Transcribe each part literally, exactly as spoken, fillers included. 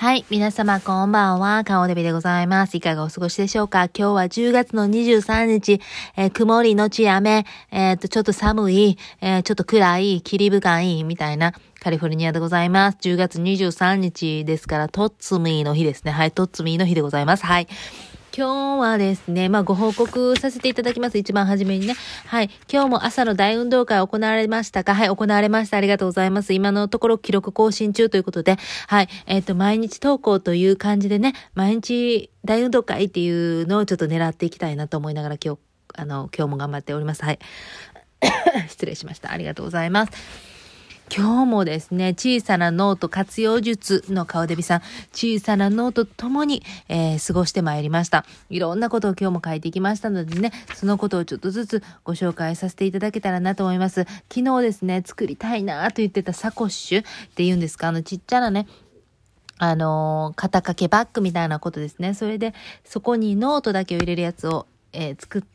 はい。皆様こんばんは。顔デビでございます。いかがお過ごしでしょうか？今日はじゅうがつのにじゅうさんにち、えー、曇りのち雨、えー、っと、ちょっと寒い、えー、ちょっと暗い、霧深い、みたいなカリフォルニアでございます。じゅうがつにじゅうさんにちですから、トッツミーの日ですね。はい。トッツミーの日でございます。はい。今日はですね、まあ、ご報告させていただきます。一番初めにね。はい。今日も朝の大運動会行われましたか？はい。行われました。ありがとうございます。今のところ記録更新中ということで、はい。えっと、毎日投稿という感じでね、毎日大運動会っていうのをちょっと狙っていきたいなと思いながら今日、あの、今日も頑張っております。はい。失礼しました。ありがとうございます。今日もですね、小さなノート活用術の顔デビさん、小さなノートとともに、えー、過ごしてまいりました。いろんなことを今日も書いてきましたのでね、そのことをちょっとずつご紹介させていただけたらなと思います。昨日ですね、作りたいなと言ってたサコッシュっていうんですか、あのちっちゃなね、あのー、肩掛けバッグみたいなことですね。それで、そこにノートだけを入れるやつをえー、作って、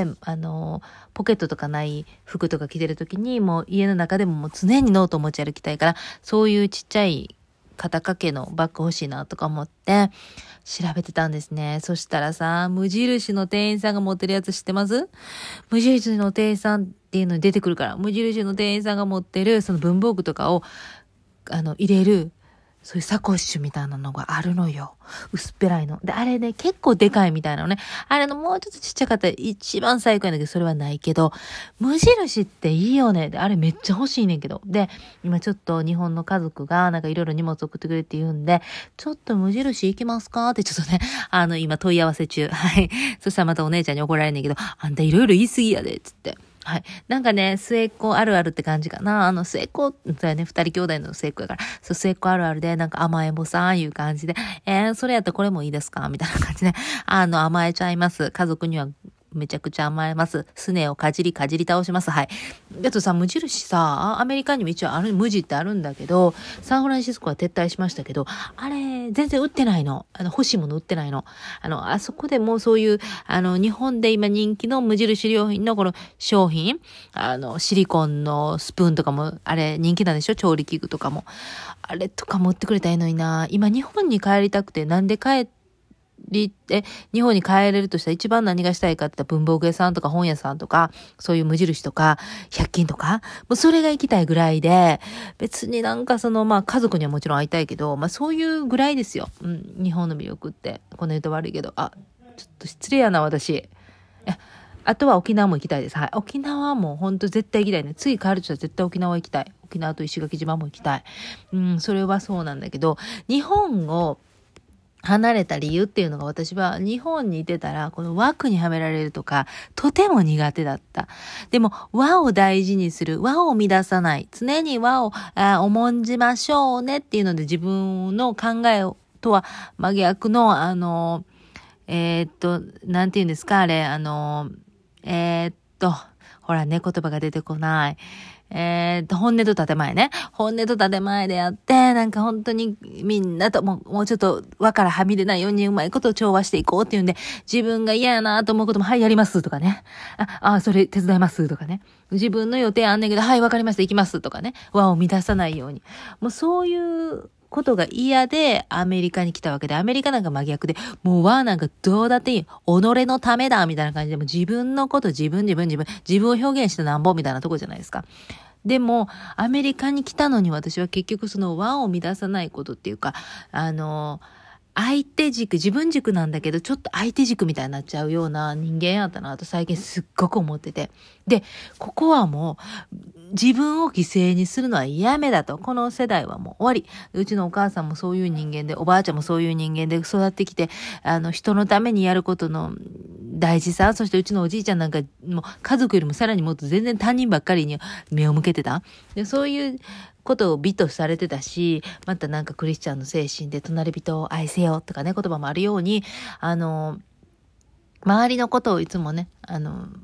あのー、ポケットとかない服とか着てるときに、もう家の中でももう常にノートを持ち歩きたいから、そういうちっちゃい肩掛けのバッグ欲しいなとか思って、調べてたんですね。そしたらさ、無印の店員さんが持ってるやつ知ってます？無印の店員さんっていうのに出てくるから、無印の店員さんが持ってるその文房具とかを、あの、入れる、そういうサコッシュみたいなのがあるのよ。薄っぺらいの。で、あれね、結構でかいみたいなのね。あれのもうちょっとちっちゃかったら一番最高やんだけど、それはないけど、無印っていいよね。で、あれめっちゃ欲しいねんけど。で、今ちょっと日本の家族がなんかいろいろ荷物送ってくれって言うんで、ちょっと無印行きますかってちょっとね、あの、今問い合わせ中。はい。そしたらまたお姉ちゃんに怒られんねんけど、あんたいろいろ言い過ぎやで、つって。はい。なんかね、末っ子あるあるって感じかな。あの、末っ子、そうやね、二人兄弟の末っ子やから、そう、末っ子あるあるで、なんか甘えん坊さんいう感じで、えー、それやったらこれもいいですかみたいな感じで、あの、甘えちゃいます。家族にはめちゃくちゃ甘えます。すねをかじりかじり倒します。はい。だとさ、無印さ、アメリカにも一応ある、無地ってあるんだけど、サンフランシスコは撤退しましたけど、あれ、全然売ってないの。あの、欲しいもの売ってないの。あの、あそこでもそういう、あの、日本で今人気の無印良品のこの商品、あの、シリコンのスプーンとかも、あれ人気なんでしょ？調理器具とかも。あれとかも売ってくれたらいいのにな。今日本に帰りたくて、なんで帰って、え、日本に帰れるとしたら一番何がしたいかって言ったら文房具屋さんとか本屋さんとか、そういう無印とか、ひゃく均とか、もうそれが行きたいぐらいで、別になんかその、まあ家族にはもちろん会いたいけど、まあそういうぐらいですよ。うん、日本の魅力って。この言うと悪いけど、あ、ちょっと失礼やな、私。え、あとは沖縄も行きたいです。はい。沖縄はもうほんと絶対行きたいね。次帰るとしたら絶対沖縄行きたい。沖縄と石垣島も行きたい。うん、それはそうなんだけど、日本を離れた理由っていうのが私は日本にいてたらこの枠にはめられるとかとても苦手だった。でも和を大事にする、和を乱さない、常に和をあ重んじましょうねっていうので自分の考えとは真逆のあの、えー、っと、なんて言うんですかあれ、あの、えー、っと、ほらね、言葉が出てこない。えー、っと、本音と建前ね。本音と建前でやって、なんか本当にみんなともう、もうちょっと輪からはみ出ないようにうまいことを調和していこうっていうんで、自分が嫌やなと思うことも、はい、やりますとかね。あ、あ、それ手伝いますとかね。自分の予定あんねんけど、はい、わかりました、行きますとかね。輪を乱さないように。もうそういうことが嫌でアメリカに来たわけで、アメリカなんか真逆で、もうわーなんかどうだっていい。己のためだみたいな感じで、も自分のこと自分自分自分、自分を表現してなんぼみたいなとこじゃないですか。でも、アメリカに来たのに私は結局その和を乱さないことっていうか、あの、相手軸、自分軸なんだけど、ちょっと相手軸みたいになっちゃうような人間やったなと最近すっごく思ってて。で、ここはもう、自分を犠牲にするのはやめだと。この世代はもう終わり。うちのお母さんもそういう人間で、おばあちゃんもそういう人間で育ってきて、あの、人のためにやることの大事さ、そしてうちのおじいちゃんなんか、もう家族よりもさらにもっと全然他人ばっかりに目を向けてた。で、そういうことを美とされてたし、またなんかクリスチャンの精神で隣人を愛せよとかね、言葉もあるように、あの、周りのことをいつもね、あの、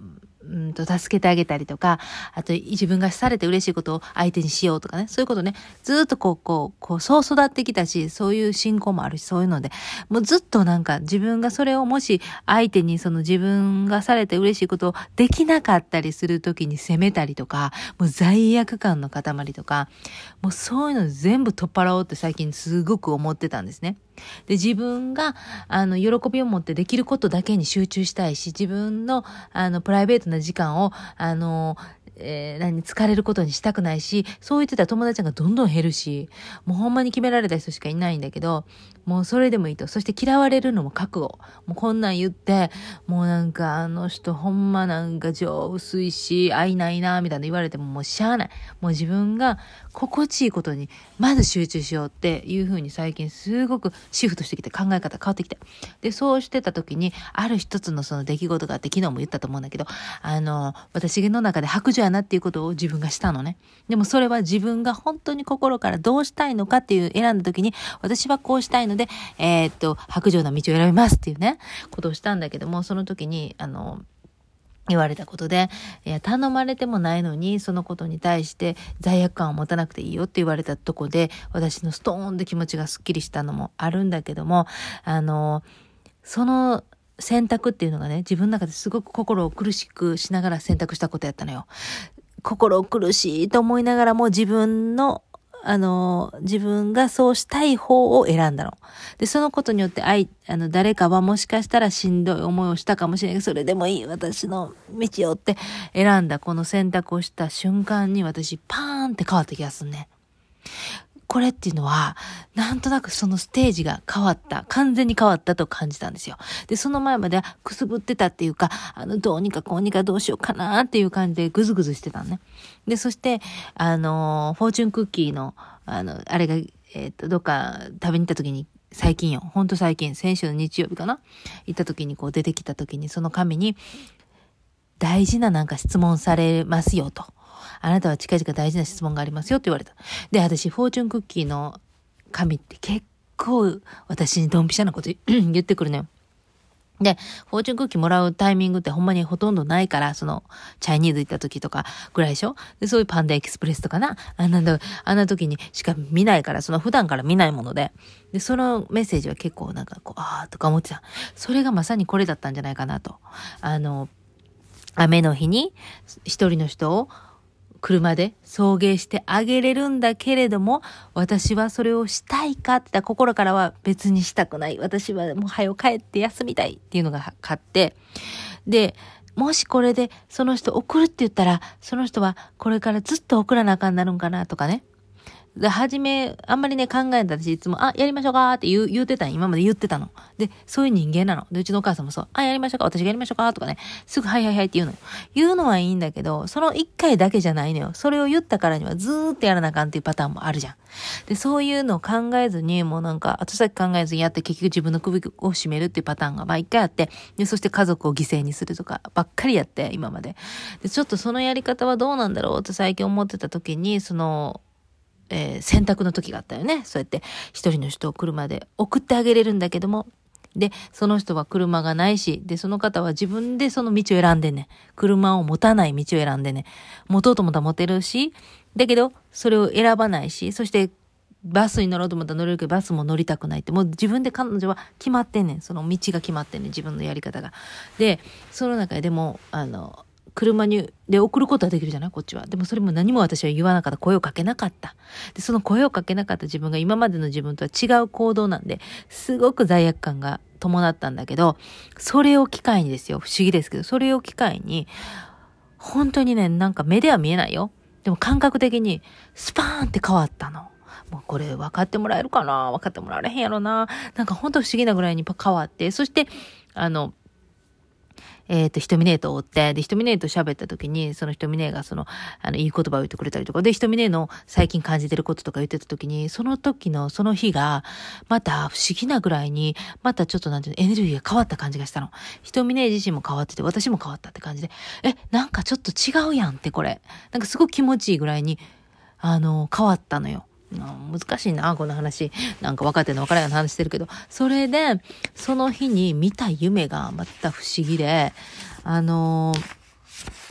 うんと、助けてあげたりとか、あと自分がされて嬉しいことを相手にしようとかね、そういうことね、ずっとこう、こう、こう、そう育ってきたし、そういう信仰もあるし、そういうので、もうずっとなんか自分がそれをもし相手にその自分がされて嬉しいことをできなかったりするときに責めたりとか、もう罪悪感の塊とか、もうそういうの全部取っ払おうって最近すごく思ってたんですね。で、自分が、あの、喜びを持ってできることだけに集中したいし、自分の、あの、プライベートな時間を、あの、えー、何、疲れることにしたくないし、そう言ってたら友達がどんどん減るし、もうほんまに決められた人しかいないんだけど、もうそれでもいいと。そして嫌われるのも覚悟。もうこんなん言って、もうなんかあの人ほんまなんか情薄いし、愛ないな、みたいな言われてももうしゃあない。もう自分が心地いいことにまず集中しようっていう風に最近すごくシフトしてきて考え方変わってきて。で、そうしてた時に、ある一つのその出来事があって、昨日も言ったと思うんだけど、あの、私の中で白状やなっていうことを自分がしたのね。でもそれは自分が本当に心からどうしたいのかっていう選んだ時に、私はこうしたいので、えー、っと、白状な道を選びますっていうね、ことをしたんだけども、その時に、あの、言われたことで、いや、頼まれてもないのに、そのことに対して罪悪感を持たなくていいよって言われたとこで、私のストーンって気持ちがスッキリしたのもあるんだけども、あの、その選択っていうのがね、自分の中ですごく心を苦しくしながら選択したことやったのよ。心苦しいと思いながらも自分のあの、自分がそうしたい方を選んだの。で、そのことによって、あい、あの、誰かはもしかしたらしんどい思いをしたかもしれないけど、それでもいい、私の道をって選んだこの選択をした瞬間に私、パーンって変わった気がするね。これっていうのは、なんとなくそのステージが変わった、完全に変わったと感じたんですよ。で、その前まではくすぶってたっていうか、あの、どうにかこうにかどうしようかなっていう感じでぐずぐずしてたのね。で、そして、あの、フォーチュンクッキーの、あの、あれが、えっと、どっか食べに行った時に、最近よ、ほんと最近、先週の日曜日かな行った時にこう出てきた時に、その紙に、大事ななんか質問されますよと。あなたは近々大事な質問がありますよって言われた。で、私、フォーチュンクッキーの紙って結構私にドンピシャなこと言ってくるのよ。で、フォーチュンクッキーもらうタイミングってほんまにほとんどないから、その、チャイニーズ行った時とかぐらいでしょ。で、そういうパンダエキスプレスとかな、あんな、あんな時にしか見ないから、その普段から見ないもので、で、そのメッセージは結構なんかこう、あーとか思ってた。それがまさにこれだったんじゃないかなと。あの、雨の日に一人の人を車で送迎してあげれるんだけれども、私はそれをしたいかって言ったら心からは別にしたくない。私はもう早く帰って休みたいっていうのが勝って、で、もしこれでその人送るって言ったら、その人はこれからずっと送らなあかんなるんかなとかね。で、はじめ、あんまりね、考えた私いつも、あ、やりましょうかって言う、言うてたん、今まで言ってたの。で、そういう人間なの。で、うちのお母さんもそう、あ、やりましょうか、私がやりましょうかとかね、すぐはいはいはいって言うのよ。言うのはいいんだけど、その一回だけじゃないのよ。それを言ったからにはずーっとやらなあかんっていうパターンもあるじゃん。で、そういうのを考えずに、もうなんか、後先考えずにやって結局自分の首を絞めるっていうパターンが、まあ一回あって、で、そして家族を犠牲にするとか、ばっかりやって、今まで。で、ちょっとそのやり方はどうなんだろうって最近思ってた時に、その、えー、選択の時があったよね。そうやって一人の人を車で送ってあげれるんだけども、で、その人は車がないし、で、その方は自分でその道を選んでね、車を持たない道を選んでね、持とうと思ったら持てるし、だけど、それを選ばないし、そして、バスに乗ろうと思ったら乗れるけど、バスも乗りたくないって、もう自分で彼女は決まってんねん。その道が決まってんねん、自分のやり方が。で、その中でも、あの、車に、で送ることはできるじゃないこっちは。でもそれも何も私は言わなかった。声をかけなかった。で、その声をかけなかった自分が今までの自分とは違う行動なんで、すごく罪悪感が伴ったんだけど、それを機会にですよ。不思議ですけど、それを機会に、本当にね、なんか目では見えないよ。でも感覚的にスパーンって変わったの。もうこれ分かってもらえるかな分かってもらわれへんやろな。なんか本当不思議なぐらいに変わって、そして、あの、えっと、ひとみねえと追って、で、ひとみねえと喋った時に、そのひとみねえがその、あの、いい言葉を言ってくれたりとか、で、ひとみねえの最近感じてることとか言ってた時に、その時の、その日が、また不思議なぐらいに、またちょっとなんていうの、エネルギーが変わった感じがしたの。ひとみねえ自身も変わってて、私も変わったって感じで、え、なんかちょっと違うやんってこれ。なんかすごく気持ちいいぐらいに、あの、変わったのよ。難しいな、この話。なんか分かってんの分からない話してるけど。それで、その日に見た夢がまた不思議で、あのー、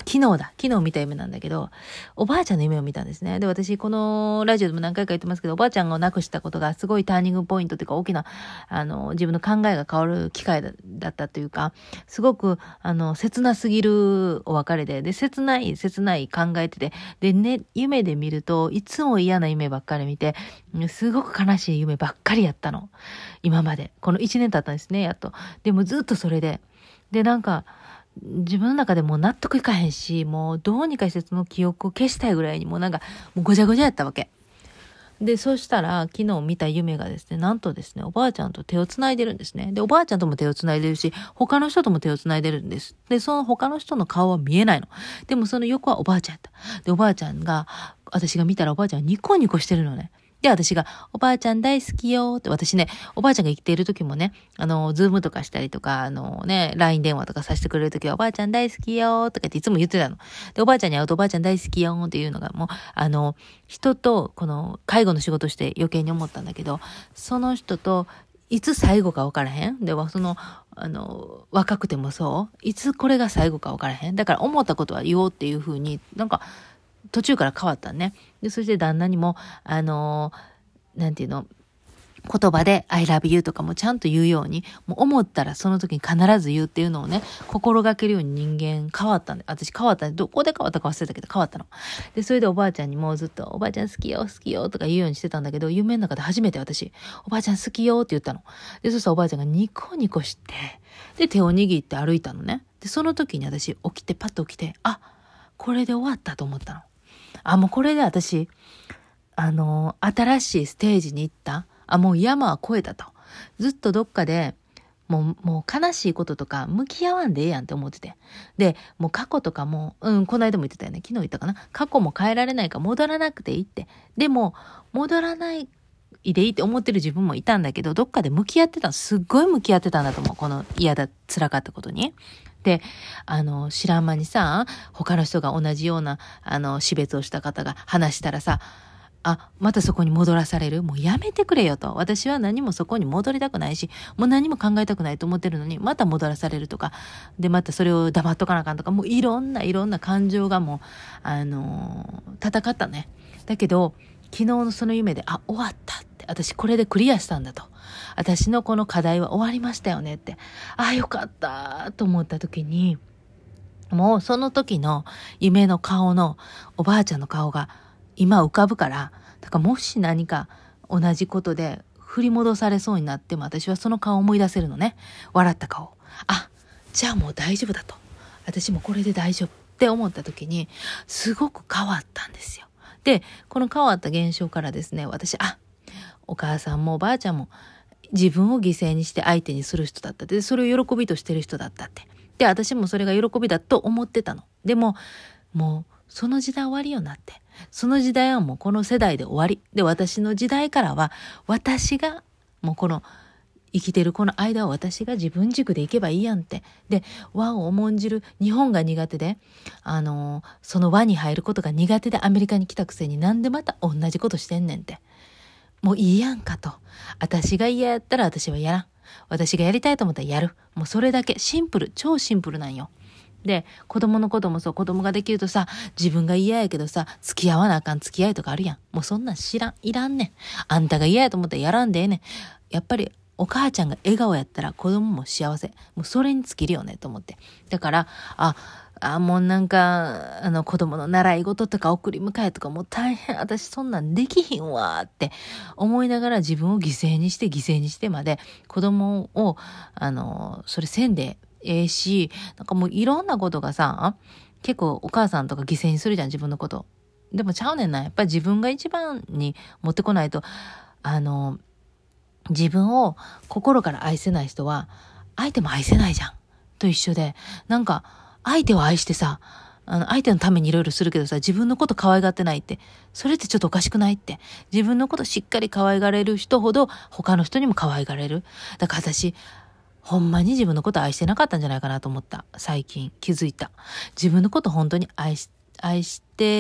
昨日だ。昨日見た夢なんだけど、おばあちゃんの夢を見たんですね。で、私、このラジオでも何回か言ってますけど、おばあちゃんが亡くしたことがすごいターニングポイントというか、大きな、あの、自分の考えが変わる機会だ、だったというか、すごく、あの、切なすぎるお別れで、で、切ない、切ない考えてて、でね、夢で見ると、いつも嫌な夢ばっかり見て、すごく悲しい夢ばっかりやったの。今まで。このいちねん経ったんですね、やっと。でもずっとそれで。で、なんか、自分の中でもう納得いかへんし、もうどうにかしてその記憶を消したいぐらいにもうなんか、もうごちゃごちゃやったわけ。で、そしたら、昨日見た夢がですね、なんとですね、おばあちゃんと手をつないでるんですね。で、おばあちゃんとも手をつないでるし、他の人とも手をつないでるんです。で、その他の人の顔は見えないの。でもその横はおばあちゃんやった。で、おばあちゃんが、私が見たらおばあちゃんはニコニコしてるのね。で、私が、おばあちゃん大好きよって、私ね、おばあちゃんが生きている時もね、あの、ズームとかしたりとか、あのね、ライン 電話とかさせてくれる時は、おばあちゃん大好きよとかっていつも言ってたの。で、おばあちゃんに会うとおばあちゃん大好きよっていうのが、もう、あの、人と、この、介護の仕事して余計に思ったんだけど、その人と、いつ最後か分からへん。では、その、あの、若くてもそう。いつこれが最後か分からへん。だから思ったことは言おうっていう風に、なんか、途中から変わったね。で、そして旦那にも、あのー、なんていうの、言葉で I love you とかもちゃんと言うように、もう思ったらその時に必ず言うっていうのをね、心がけるように人間変わったんで、私変わったんで、どこで変わったか忘れたけど変わったの。で、それでおばあちゃんにもずっと、おばあちゃん好きよ、好きよとか言うようにしてたんだけど、夢の中で初めて私、おばあちゃん好きよって言ったの。で、そしたらおばあちゃんがニコニコして、で、手を握って歩いたのね。で、その時に私起きて、パッと起きて、あ、これで終わったと思ったの。あ、もうこれで私、あのー、新しいステージに行った。あ、もう山は越えたと。ずっとどっかで、もう、もう悲しいこととか向き合わんでええやんって思ってて。で、もう過去とかも、うん、この間も言ってたよね。昨日言ったかな。過去も変えられないから戻らなくていいって。でも、戻らないでいいって思ってる自分もいたんだけど、どっかで向き合ってた。すっごい向き合ってたんだと思う。この嫌だ、辛かったことに。で、あの、知らん間にさ、他の人が同じような、あの、死別をした方が話したらさ、あ、またそこに戻らされる？もうやめてくれよと。私は何もそこに戻りたくないし、もう何も考えたくないと思ってるのに、また戻らされるとか、で、またそれを黙っとかなあかんとか、もういろんないろんな感情がもう、あのー、戦ったね。だけど、昨日のその夢で、あ、終わったって。私これでクリアしたんだと。私のこの課題は終わりましたよねって。あ、よかったと思った時に、もうその時の夢の顔のおばあちゃんの顔が今浮かぶから、だからもし何か同じことで振り戻されそうになっても私はその顔を思い出せるのね。笑った顔。あ、じゃあもう大丈夫だと。私もこれで大丈夫って思った時にすごく変わったんですよ。で、この変わった現象からですね、私、あ、お母さんもおばあちゃんも自分を犠牲にして相手にする人だったって、それを喜びとしてる人だったって。で、私もそれが喜びだと思ってたの。でも、もう、その時代終わりよなって。その時代はもうこの世代で終わり。で、私の時代からは、私が、もうこの、生きてるこの間は私が自分軸で行けばいいやんって。で、和を重んじる日本が苦手で、あのー、その和に入ることが苦手でアメリカに来たくせになんでまた同じことしてんねんって。もういいやんかと。私が嫌やったら私はやらん。私がやりたいと思ったらやる。もうそれだけ。シンプル。超シンプルなんよ。で、子供のこともそう、子供ができるとさ、自分が嫌やけどさ、付き合わなあかん付き合いとかあるやん。もうそんなん知らん、いらんねん。あんたが嫌やと思ったらやらんでええねん。やっぱり、お母ちゃんが笑顔やったら子供も幸せ。もうそれに尽きるよね、と思って。だから、あ、あ、もうなんか、あの子供の習い事とか送り迎えとかもう大変、私そんなんできひんわって思いながら自分を犠牲にして犠牲にしてまで子供を、あの、それせんでええし、なんかもういろんなことがさ、結構お母さんとか犠牲にするじゃん、自分のこと。でもちゃうねんな。やっぱり自分が一番に持ってこないと、あの、自分を心から愛せない人は、相手も愛せないじゃん。と一緒で、なんか、相手を愛してさ、あの、相手のためにいろいろするけどさ、自分のこと可愛がってないって、それってちょっとおかしくないって。自分のことしっかり可愛がれる人ほど、他の人にも可愛がれる。だから私、ほんまに自分のこと愛してなかったんじゃないかなと思った。最近気づいた。自分のこと本当に愛し、愛して、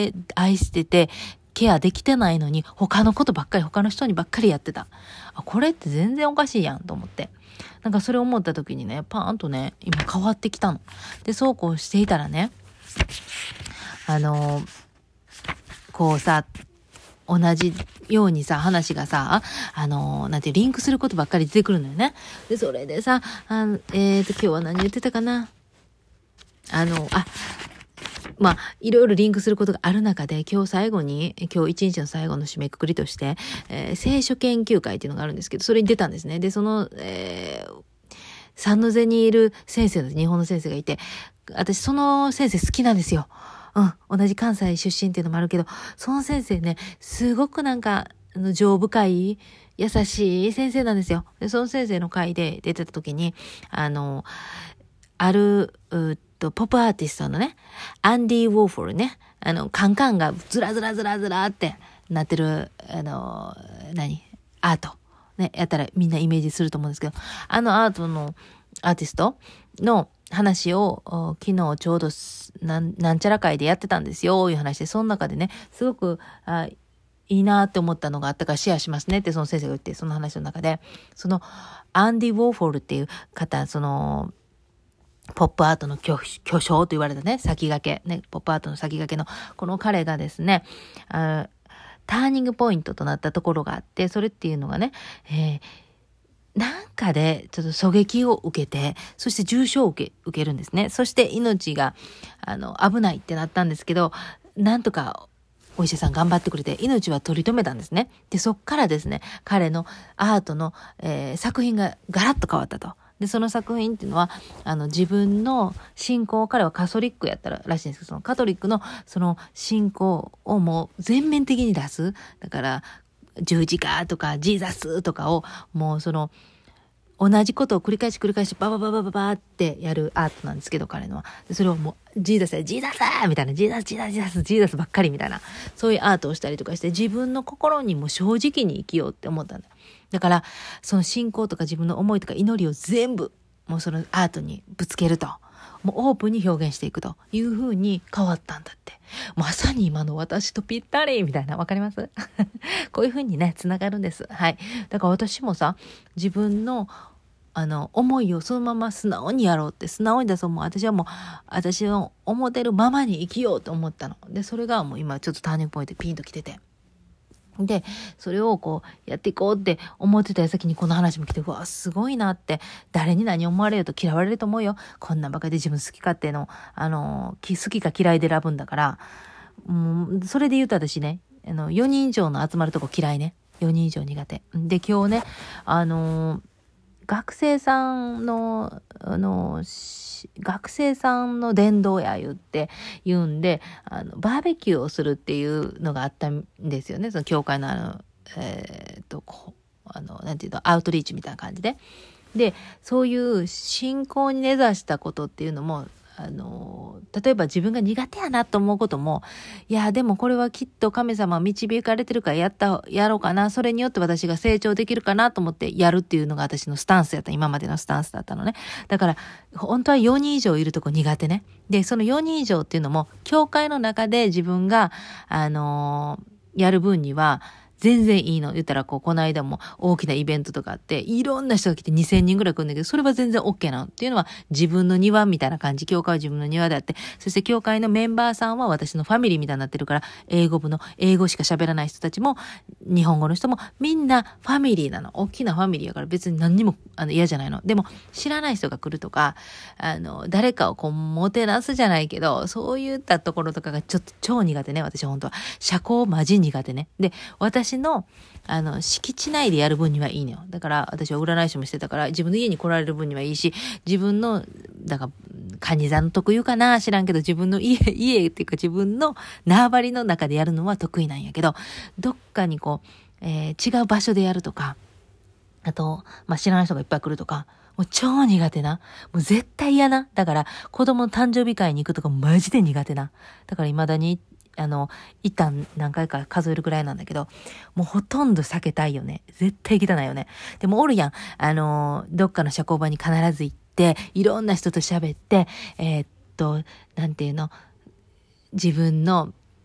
愛してて、ケアできてないのに、他のことばっかり、他の人にばっかりやってた。あ、これって全然おかしいやんと思って。なんかそれを思った時にね、パーンとね、今変わってきたの。で、そうこうしていたらね、 あの、こうさ、同じようにさ、話がさ、あの、なんていう、リンクすることばっかり出てくるのよね。で、それでさ、あのえーと、今日は何言ってたかな。あの、あ、まあ、いろいろリンクすることがある中で、今日最後に、今日一日の最後の締めくくりとして、えー、聖書研究会っていうのがあるんですけど、それに出たんですね。で、その、えー、サンノゼにいる先生の、日本の先生がいて、私その先生好きなんですよ。うん、同じ関西出身っていうのもあるけど、その先生ね、すごくなんか、あの、情深い、優しい先生なんですよ。で、その先生の会で出てた時に、あの、ある、うっと、ポップアーティストのね、アンディ・ウォーフォルね、あの、カンカンがずらずらずらずらってなってる、あの、何アート。ね、やったらみんなイメージすると思うんですけど、あのアートのアーティストの話を昨日ちょうどなん、なんちゃら会でやってたんですよ、いう話で、その中でね、すごく、あ、いいなって思ったのがあったからシェアしますねってその先生が言って、その話の中で、そのアンディ・ウォーフォルっていう方、その、ポップアートの巨巨匠と言われたね、先駆け、ね、ポップアートの先駆けの、この彼がですね、あターニングポイントとなったところがあって、それっていうのがね、えー、なんかでちょっと狙撃を受けて、そして重傷を受け、受けるんですね。そして命が、あの、危ないってなったんですけど、なんとかお医者さん頑張ってくれて、命は取り留めたんですね。で、そっからですね、彼のアートの、えー、作品がガラッと変わったと。で、その作品っていうのは、あの、自分の信仰、彼はカトリックやったらしいんですけど、そのカトリックのその信仰をもう全面的に出す。だから、十字架とかジーザスとかを、もうその、同じことを繰り返し繰り返しババババババってやるアートなんですけど、彼のは。それをもう、ジーザスや、ジーザスみたいな、ジーザス、ジーザス、ジーザス、ジーザスばっかりみたいな、そういうアートをしたりとかして、自分の心にも正直に生きようって思ったんだ。だから、その信仰とか自分の思いとか祈りを全部、もうそのアートにぶつけると。もうオープンに表現していくという風に変わったんだって。まさに今の私とぴったりみたいな、わかりますこういう風にね、つながるんです。はい。だから私もさ、自分のあの、思いをそのまま素直にやろうって、素直に出そう。もう私はもう、私の思ってるままに生きようと思ったの。で、それがもう今ちょっとターニングポイントでピンと来てて。で、それをこう、やっていこうって思ってた矢先にこの話も来て、うわ、すごいなって、誰に何思われようと嫌われると思うよ。こんなバカで自分好き勝手の、あの、好きか嫌いで選ぶんだから、うん、それで言うと私ね、あの、よにん以上の集まるとこ嫌いね。よにん以上苦手。で、今日ね、あのー、学生さんの、あの、学生さんの伝道や言って言うんで、あの、バーベキューをするっていうのがあったんですよね。その教会のあの、えー、っと、こう、あの、なんていうの、アウトリーチみたいな感じで。で、そういう信仰に根ざしたことっていうのも、あの、例えば自分が苦手やなと思うことも、いや、でもこれはきっと神様は導かれてるからやった、やろうかな。それによって私が成長できるかなと思ってやるっていうのが私のスタンスやった。今までのスタンスだったのね。だから、本当はよにん以上いるとこ苦手ね。で、そのよにん以上っていうのも、教会の中で自分が、あのー、やる分には、全然いいの。言ったら、こう、この間も大きなイベントとかあって、いろんな人が来てにせんにんぐらい来るんだけど、それは全然 OK なの。っていうのは、自分の庭みたいな感じ。教会は自分の庭であって、そして教会のメンバーさんは私のファミリーみたいになってるから、英語部の、英語しか喋らない人たちも、日本語の人も、みんなファミリーなの。大きなファミリーやから別に何にもあの嫌じゃないの。でも、知らない人が来るとか、あの、誰かをこう、もてなすじゃないけど、そういったところとかがちょっと超苦手ね。私本当は。社交マジ苦手ね。で、私私の、あの、敷地内でやる分にはいいのよ。だから、私は占い師もしてたから、自分の家に来られる分にはいいし、自分の、だから、カニ座の特有かな知らんけど、自分の家、家っていうか自分の縄張りの中でやるのは得意なんやけど、どっかにこう、えー、違う場所でやるとか、あと、まあ、知らない人がいっぱい来るとか、もう超苦手な。もう絶対嫌な。だから、子供の誕生日会に行くとかマジで苦手な。だから未だに、あの、一旦何回か数えるくらいなんだけど、もうほとんど避けたいよね。絶対行きたないよね。でもおるやん。あの、どっかの社交場に必ず行って、いろんな人と喋って、えー、っと、なんていうの、自分の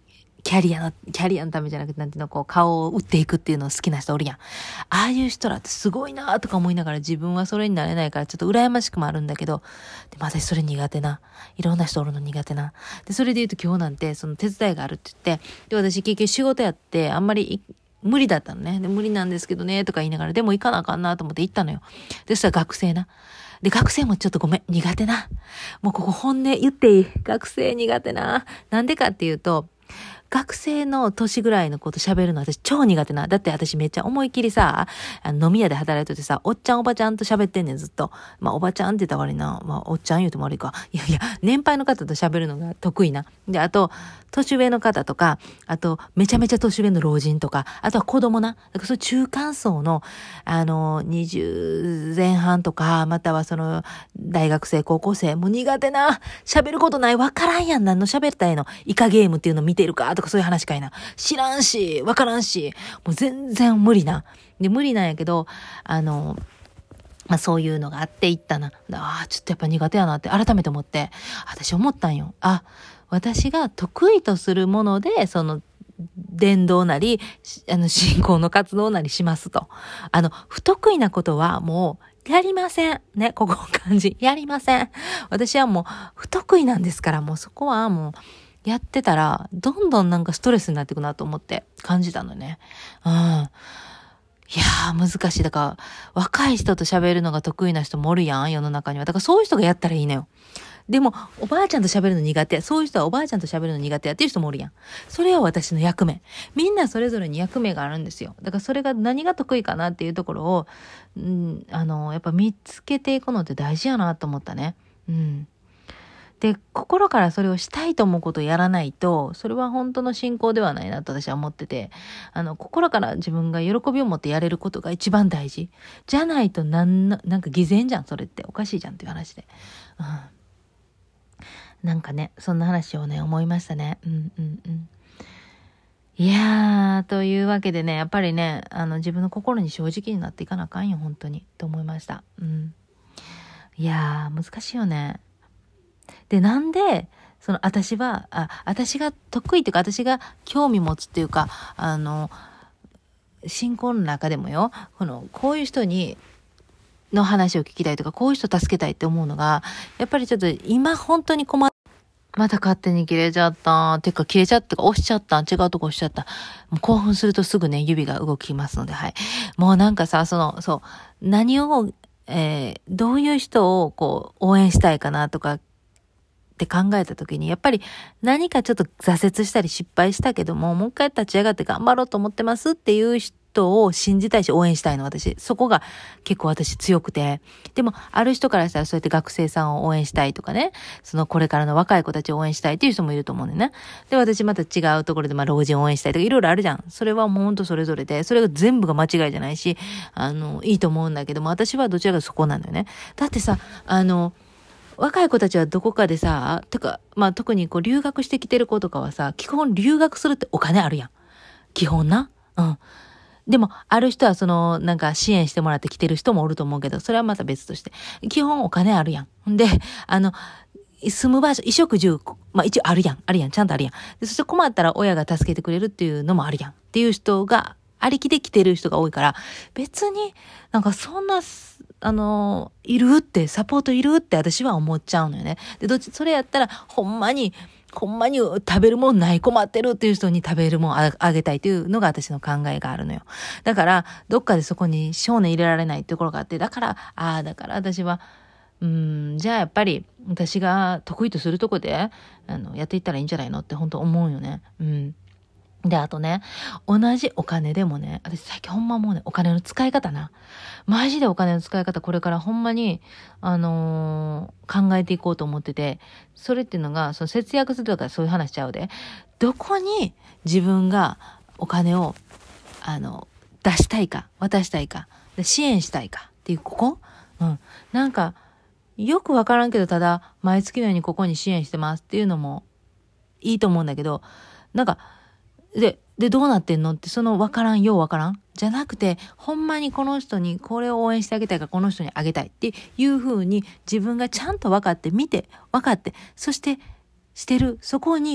キャリアの、キャリアのためじゃなくて、なんていうの、こう、顔を打っていくっていうのを好きな人おるやん。ああいう人らってすごいなとか思いながら自分はそれになれないからちょっと羨ましくもあるんだけど、でも私それ苦手な。いろんな人おるの苦手な。で、それで言うと今日なんて、その手伝いがあるって言って、で、私結局仕事やって、あんまり無理だったのね。で、無理なんですけどね、とか言いながら、でも行かなあかんなと思って行ったのよ。で、そしたら学生な。で、学生もちょっとごめん、苦手な。もうここ本音言っていい？学生苦手な。なんでかっていうと、学生の年ぐらいのこと喋るの私超苦手な。だって私めっちゃ思いっきりさ、あの飲み屋で働いててさ、おっちゃんおばちゃんと喋ってんねんずっと。まあおばちゃんって言ったら悪いな。まあおっちゃん言うても悪いか。いやいや、年配の方と喋るのが得意な。で、あと、年上の方とか、あと、めちゃめちゃ年上の老人とか、あとは子供な。だからそういう中間層の、あの、にじゅう前半とか、またはその、大学生、高校生、もう苦手な。喋ることない。わからんやん。何の喋ったいの。イカゲームっていうの見てるかとかそういう話かいな。知らんし、わからんし、もう全然無理な。で、無理なんやけど、あの、まあそういうのがあっていったな。ああ、ちょっとやっぱ苦手やなって改めて思って、私思ったんよ。あ、私が得意とするもので、その、伝道なり、あの、信仰の活動なりしますと。あの、不得意なことはもう、やりません。ね、ここ感じ。やりません。私はもう、不得意なんですから、もうそこはもう、やってたら、どんどんなんかストレスになっていくなと思って感じたのね。うん。いやー、難しい。だから、若い人と喋るのが得意な人もおるやん、世の中には。だからそういう人がやったらいいのよ。でも、おばあちゃんと喋るの苦手。そういう人はおばあちゃんと喋るの苦手やっていう人もおるやん。それは私の役目。みんなそれぞれに役目があるんですよ。だからそれが何が得意かなっていうところを、うん、あの、やっぱ見つけていくのって大事やなと思ったね。うん。で、心からそれをしたいと思うことをやらないと、それは本当の信仰ではないなと私は思ってて、あの、心から自分が喜びを持ってやれることが一番大事。じゃないとなんな、なんか偽善じゃん、それって。おかしいじゃんっていう話で。うん。なんかね、そんな話をね、思いましたね。うんうんうん。いやー、というわけでね、やっぱりね、あの、自分の心に正直になっていかなあかんよ、本当に。と思いました。うん。いやー、難しいよね。で、なんで、その、私は、あ、私が得意というか、私が興味持つっていうか、あの、信仰の中でもよ、この、こういう人に、の話を聞きたいとか、こういう人助けたいって思うのが、やっぱりちょっと今本当に困って、また勝手に切れちゃった。てか切れちゃったか押しちゃった。違うとこ押しちゃった。もう興奮するとすぐね、指が動きますので、はい。もうなんかさ、その、そう、何を、えー、どういう人をこう、応援したいかなとか、って考えた時に、やっぱり何かちょっと挫折したり失敗したけども、もう一回立ち上がって頑張ろうと思ってますっていう人を信じたいし応援したいの、私。そこが結構私強くて。でも、ある人からしたらそうやって学生さんを応援したいとかね、そのこれからの若い子たちを応援したいっていう人もいると思うんだよね。で、私また違うところでまあ老人を応援したいとかいろいろあるじゃん。それはもうほんとそれぞれで、それが全部が間違いじゃないし、あの、いいと思うんだけども、私はどちらかというとそこなのよね。だってさ、あの、若い子たちはどこかでさ、てか、まあ特にこう留学してきてる子とかはさ、基本留学するってお金あるやん。基本な。うん。でも、ある人はその、なんか支援してもらって来てる人もおると思うけど、それはまた別として。基本お金あるやん。んで、あの、住む場所、衣食住、まあ一応あるやん。あるやん。ちゃんとあるやん。でそして困ったら親が助けてくれるっていうのもあるやん。っていう人が、ありきで来てる人が多いから、別になんかそんな、あの、いるって、サポートいるって私は思っちゃうのよね。で、どっち、それやったら、ほんまに、ほんまに食べるもんない困ってるっていう人に食べるもんああげたいっていうのが私の考えがあるのよ。だから、どっかでそこに少年入れられないってところがあって、だから、ああ、だから私は、うーん、じゃあやっぱり私が得意とするとこで、あの、やっていったらいいんじゃないのって本当思うよね。うん。で、あとね、同じお金でもね、私最近ほんまもうね、お金の使い方な。マジでお金の使い方、これからほんまに、あのー考えていこうと思ってて、それっていうのが、その節約するとかそういう話しちゃうで、どこに自分がお金を、あの、出したいか、渡したいか、で支援したいかっていう、ここうん。なんか、よくわからんけど、ただ、毎月のようにここに支援してますっていうのもいいと思うんだけど、なんか、で、で、どうなってんのって、そのわからん、ようわからんじゃなくて、ほんまにこの人にこれを応援してあげたいから、この人にあげたいっていう風に自分がちゃんと分かって、見て、分かって、そしてしてる、そこに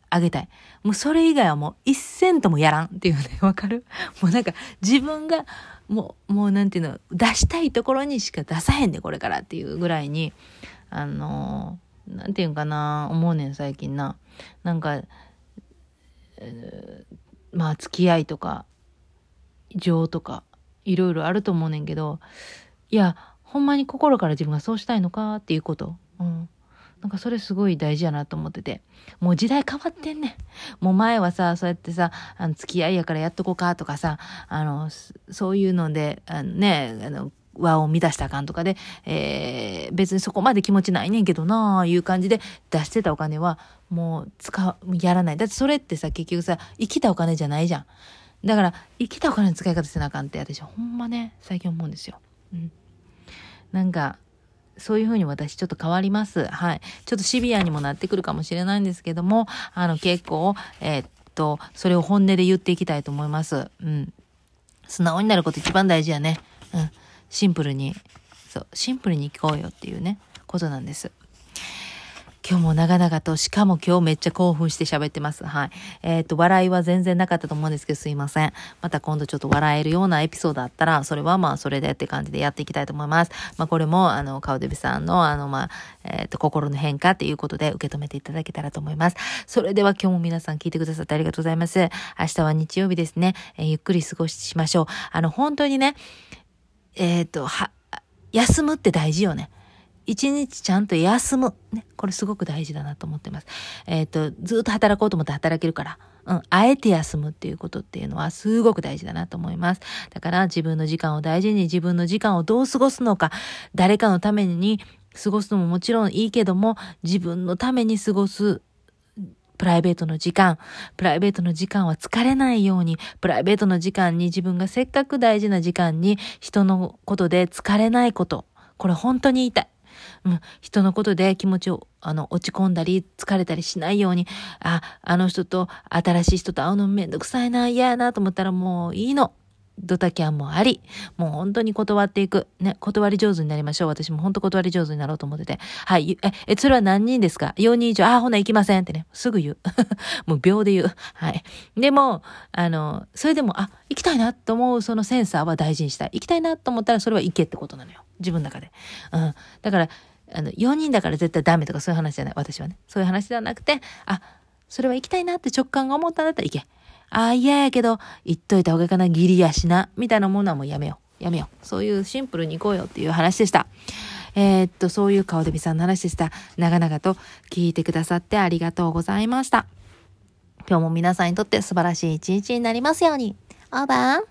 あげたい。もうそれ以外はもう一銭ともやらんっていうね、わかる？もうなんか自分がもう、もうなんていうの、出したいところにしか出さへんでこれからっていうぐらいに、あのー、なんていうんかな、思うねん最近な。なんか、えー、まあ付き合いとか、情とか、いろいろあると思うねんけど、いや、ほんまに心から自分がそうしたいのかっていうこと。うん。なんかそれすごい大事やなと思ってて。もう時代変わってんねん。もう前はさ、そうやってさ、あの付き合いやからやっとこうかとかさ、あの、そういうので、あのね、あの、和を乱したらあかんとかで、えー、別にそこまで気持ちないねんけどなあいう感じで出してたお金はもう使う、やらない。だってそれってさ、結局さ、生きたお金じゃないじゃん。だから、生きたお金の使い方せなあかんって私ほんまね、最近思うんですよ。うん。なんか、そういうふうに私ちょっと変わります。はい。ちょっとシビアにもなってくるかもしれないんですけども、あの結構、えー、っと、それを本音で言っていきたいと思います。うん。素直になること一番大事やね。うん。シンプルに、そう、シンプルに行こうよっていうね、ことなんです。今日も長々と、しかも今日めっちゃ興奮して喋ってます。はい。えっと、笑いは全然なかったと思うんですけど、すいません。また今度ちょっと笑えるようなエピソードあったら、それはまあそれでって感じでやっていきたいと思います。まあこれも、あの、カウデビさんの、あの、まあ、えっと、心の変化っていうことで受け止めていただけたらと思います。それでは今日も皆さん聞いてくださってありがとうございます。明日は日曜日ですね。えー、ゆっくり過ごしましょう。あの、本当にね、えっと、は、休むって大事よね。一日ちゃんと休む。ね。これすごく大事だなと思ってます。えっと、ずっと働こうと思って働けるから。うん。あえて休むっていうことっていうのはすごく大事だなと思います。だから自分の時間を大事に自分の時間をどう過ごすのか。誰かのために過ごすのももちろんいいけども、自分のために過ごすプライベートの時間、プライベートの時間は疲れないように、プライベートの時間に自分がせっかく大事な時間に人のことで疲れないこと。これ本当に言いたい。うん、人のことで気持ちをあの落ち込んだり疲れたりしないように、あ、あの人と新しい人と会うのめんどくさいな、嫌やなと思ったらもういいの。ドタキャンもあり、もう本当に断っていく。ね、断り上手になりましょう。私も本当断り上手になろうと思ってて。はい。え、え、それは何人ですか？ よ 人以上。あ、ほな行きませんってね。すぐ言う。もう秒で言う。はい。でも、あの、それでも、あ、行きたいなと思うそのセンサーは大事にしたい。行きたいなと思ったらそれは行けってことなのよ。自分の中で。うん。だから、あの、よにんだから絶対ダメとかそういう話じゃない。私はね。そういう話ではなくて、あ、それは行きたいなって直感が思ったんだったら行け。ああ、嫌やけど、言っといた方がいいかな、ギリやしな、みたいなものはもうやめよう。やめよう。そういうシンプルに行こうよっていう話でした。えー、っと、そういう顔でびさんの話でした。長々と聞いてくださってありがとうございました。今日も皆さんにとって素晴らしい一日になりますように。オーバー。